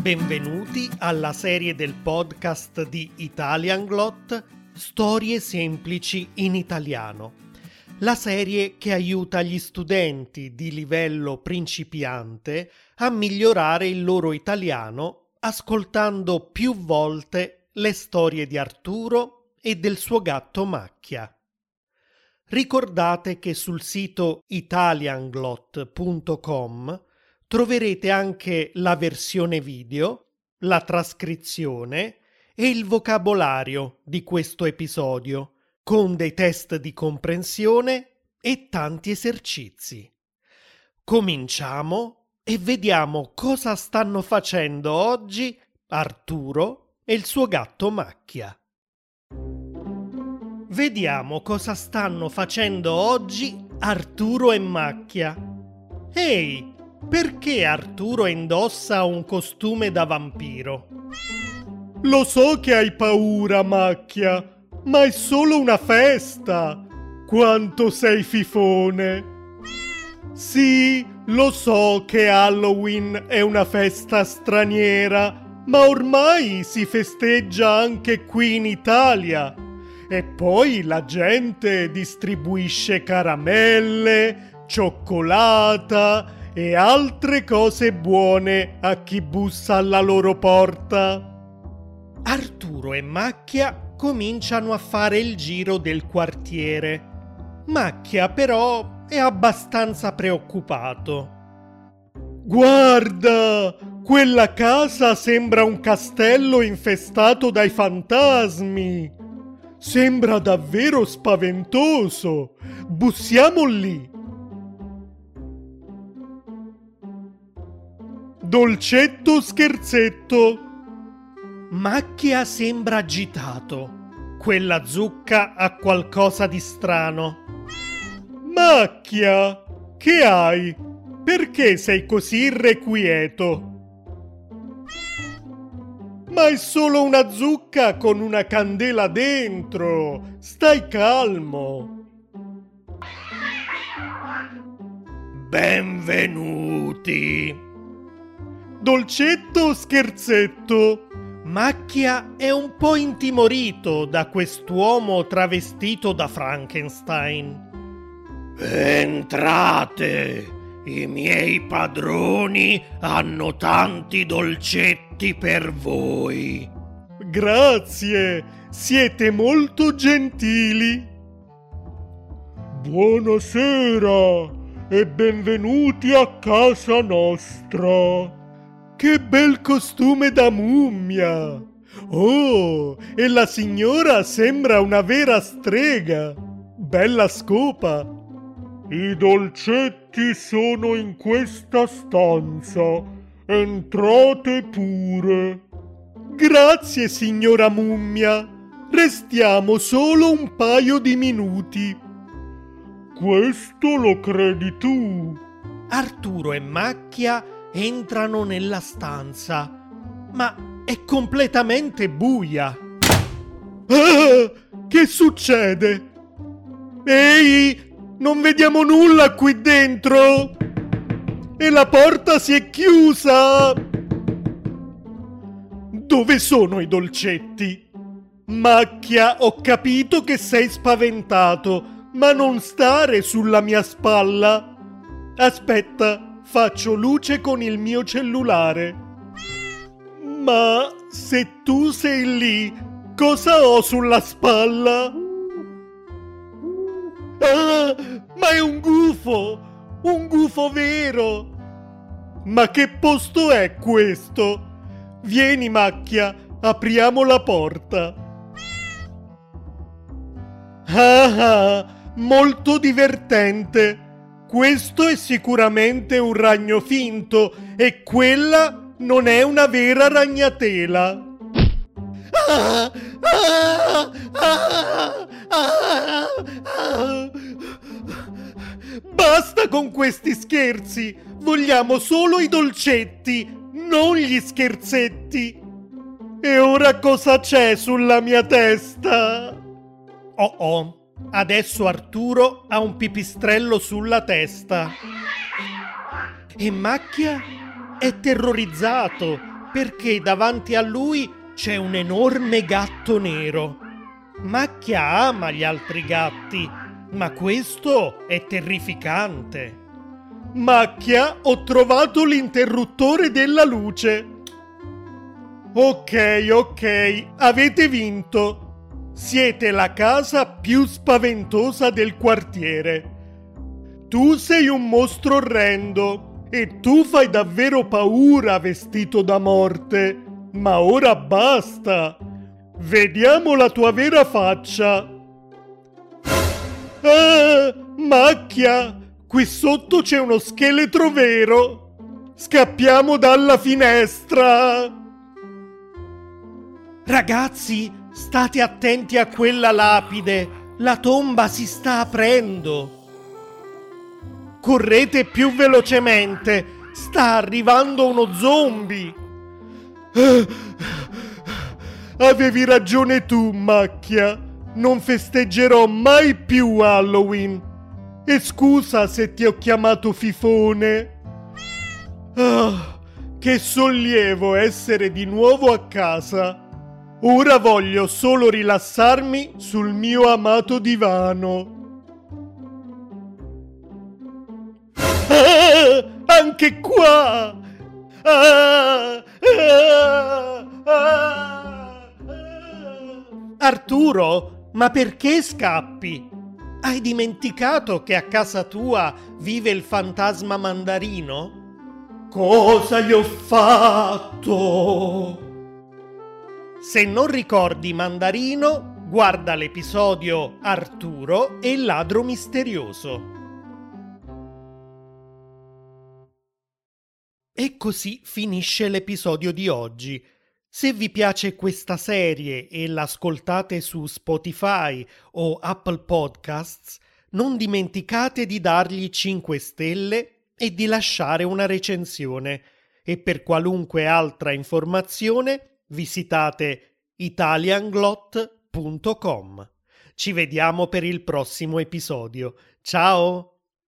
Benvenuti alla serie del podcast di Italianglot Storie semplici in italiano. La serie che aiuta gli studenti di livello principiante a migliorare il loro italiano ascoltando più volte le storie di Arturo e del suo gatto Macchia. Ricordate che sul sito italianglot.com troverete anche la versione video, la trascrizione e il vocabolario di questo episodio, con dei test di comprensione e tanti esercizi. Cominciamo e vediamo cosa stanno facendo oggi Arturo e il suo gatto Macchia. Vediamo cosa stanno facendo oggi Arturo e Macchia. Ehi! Perché Arturo indossa un costume da vampiro? Lo so che hai paura, Macchia, ma è solo una festa. Quanto sei fifone. Sì, lo so che Halloween è una festa straniera, ma ormai si festeggia anche qui in Italia. E poi la gente distribuisce caramelle, cioccolata e altre cose buone a chi bussa alla loro porta. Arturo e Macchia cominciano a fare il giro del quartiere. Macchia però è abbastanza preoccupato. Guarda, quella casa sembra un castello infestato dai fantasmi. Sembra davvero spaventoso. Bussiamo lì. Dolcetto scherzetto. Macchia sembra agitato. Quella zucca ha qualcosa di strano. Macchia, che hai? Perché sei così irrequieto? Ma è solo una zucca con una candela dentro. Stai calmo. Benvenuti. Dolcetto o scherzetto? Macchia è un po' intimorito da quest'uomo travestito da Frankenstein. Entrate! I miei padroni hanno tanti dolcetti per voi. Grazie, siete molto gentili. Buonasera e benvenuti a casa nostra. Che bel costume da mummia! Oh, e la signora sembra una vera strega! Bella scopa! I dolcetti sono in questa stanza. Entrate pure. Grazie, signora mummia. Restiamo solo un paio di minuti. Questo lo credi tu? Arturo e Macchia entrano nella stanza, ma è completamente buia. Ah, che succede? Ehi, non vediamo nulla qui dentro! E la porta si è chiusa! Dove sono i dolcetti? Macchia, ho capito che sei spaventato, ma non stare sulla mia spalla. Aspetta. Faccio luce con il mio cellulare. Ma se tu sei lì, cosa ho sulla spalla? Ah, ma è un gufo vero. Ma che posto è questo? Vieni, Macchia, apriamo la porta. Ah, molto divertente. Questo è sicuramente un ragno finto e quella non è una vera ragnatela. Ah, ah, ah, ah, ah. Basta con questi scherzi! Vogliamo solo i dolcetti, non gli scherzetti! E ora cosa c'è sulla mia testa? Oh, adesso Arturo ha un pipistrello sulla testa. E Macchia è terrorizzato perché davanti a lui c'è un enorme gatto nero. Macchia ama gli altri gatti, ma questo è terrificante. Macchia, ho trovato l'interruttore della luce. Ok, avete vinto. Siete la casa più spaventosa del quartiere. Tu sei un mostro orrendo e tu fai davvero paura vestito da morte. Ma ora basta. Vediamo la tua vera faccia. Ah, Macchia, qui sotto c'è uno scheletro vero. Scappiamo dalla finestra. Ragazzi, state attenti a quella lapide. La tomba si sta aprendo. Correte più velocemente. Sta arrivando uno zombie. Avevi ragione tu, Macchia. Non festeggerò mai più Halloween. E scusa se ti ho chiamato fifone. Che sollievo essere di nuovo a casa. Ora voglio solo rilassarmi sul mio amato divano. Anche qua! Arturo, ma perché scappi? Hai dimenticato che a casa tua vive il fantasma mandarino? Cosa gli ho fatto? Se non ricordi Mandarino, guarda l'episodio Arturo e il ladro misterioso. E così finisce l'episodio di oggi. Se vi piace questa serie e l'ascoltate su Spotify o Apple Podcasts, non dimenticate di dargli 5 stelle e di lasciare una recensione. E per qualunque altra informazione visitate italianglot.com. Ci vediamo per il prossimo episodio. Ciao!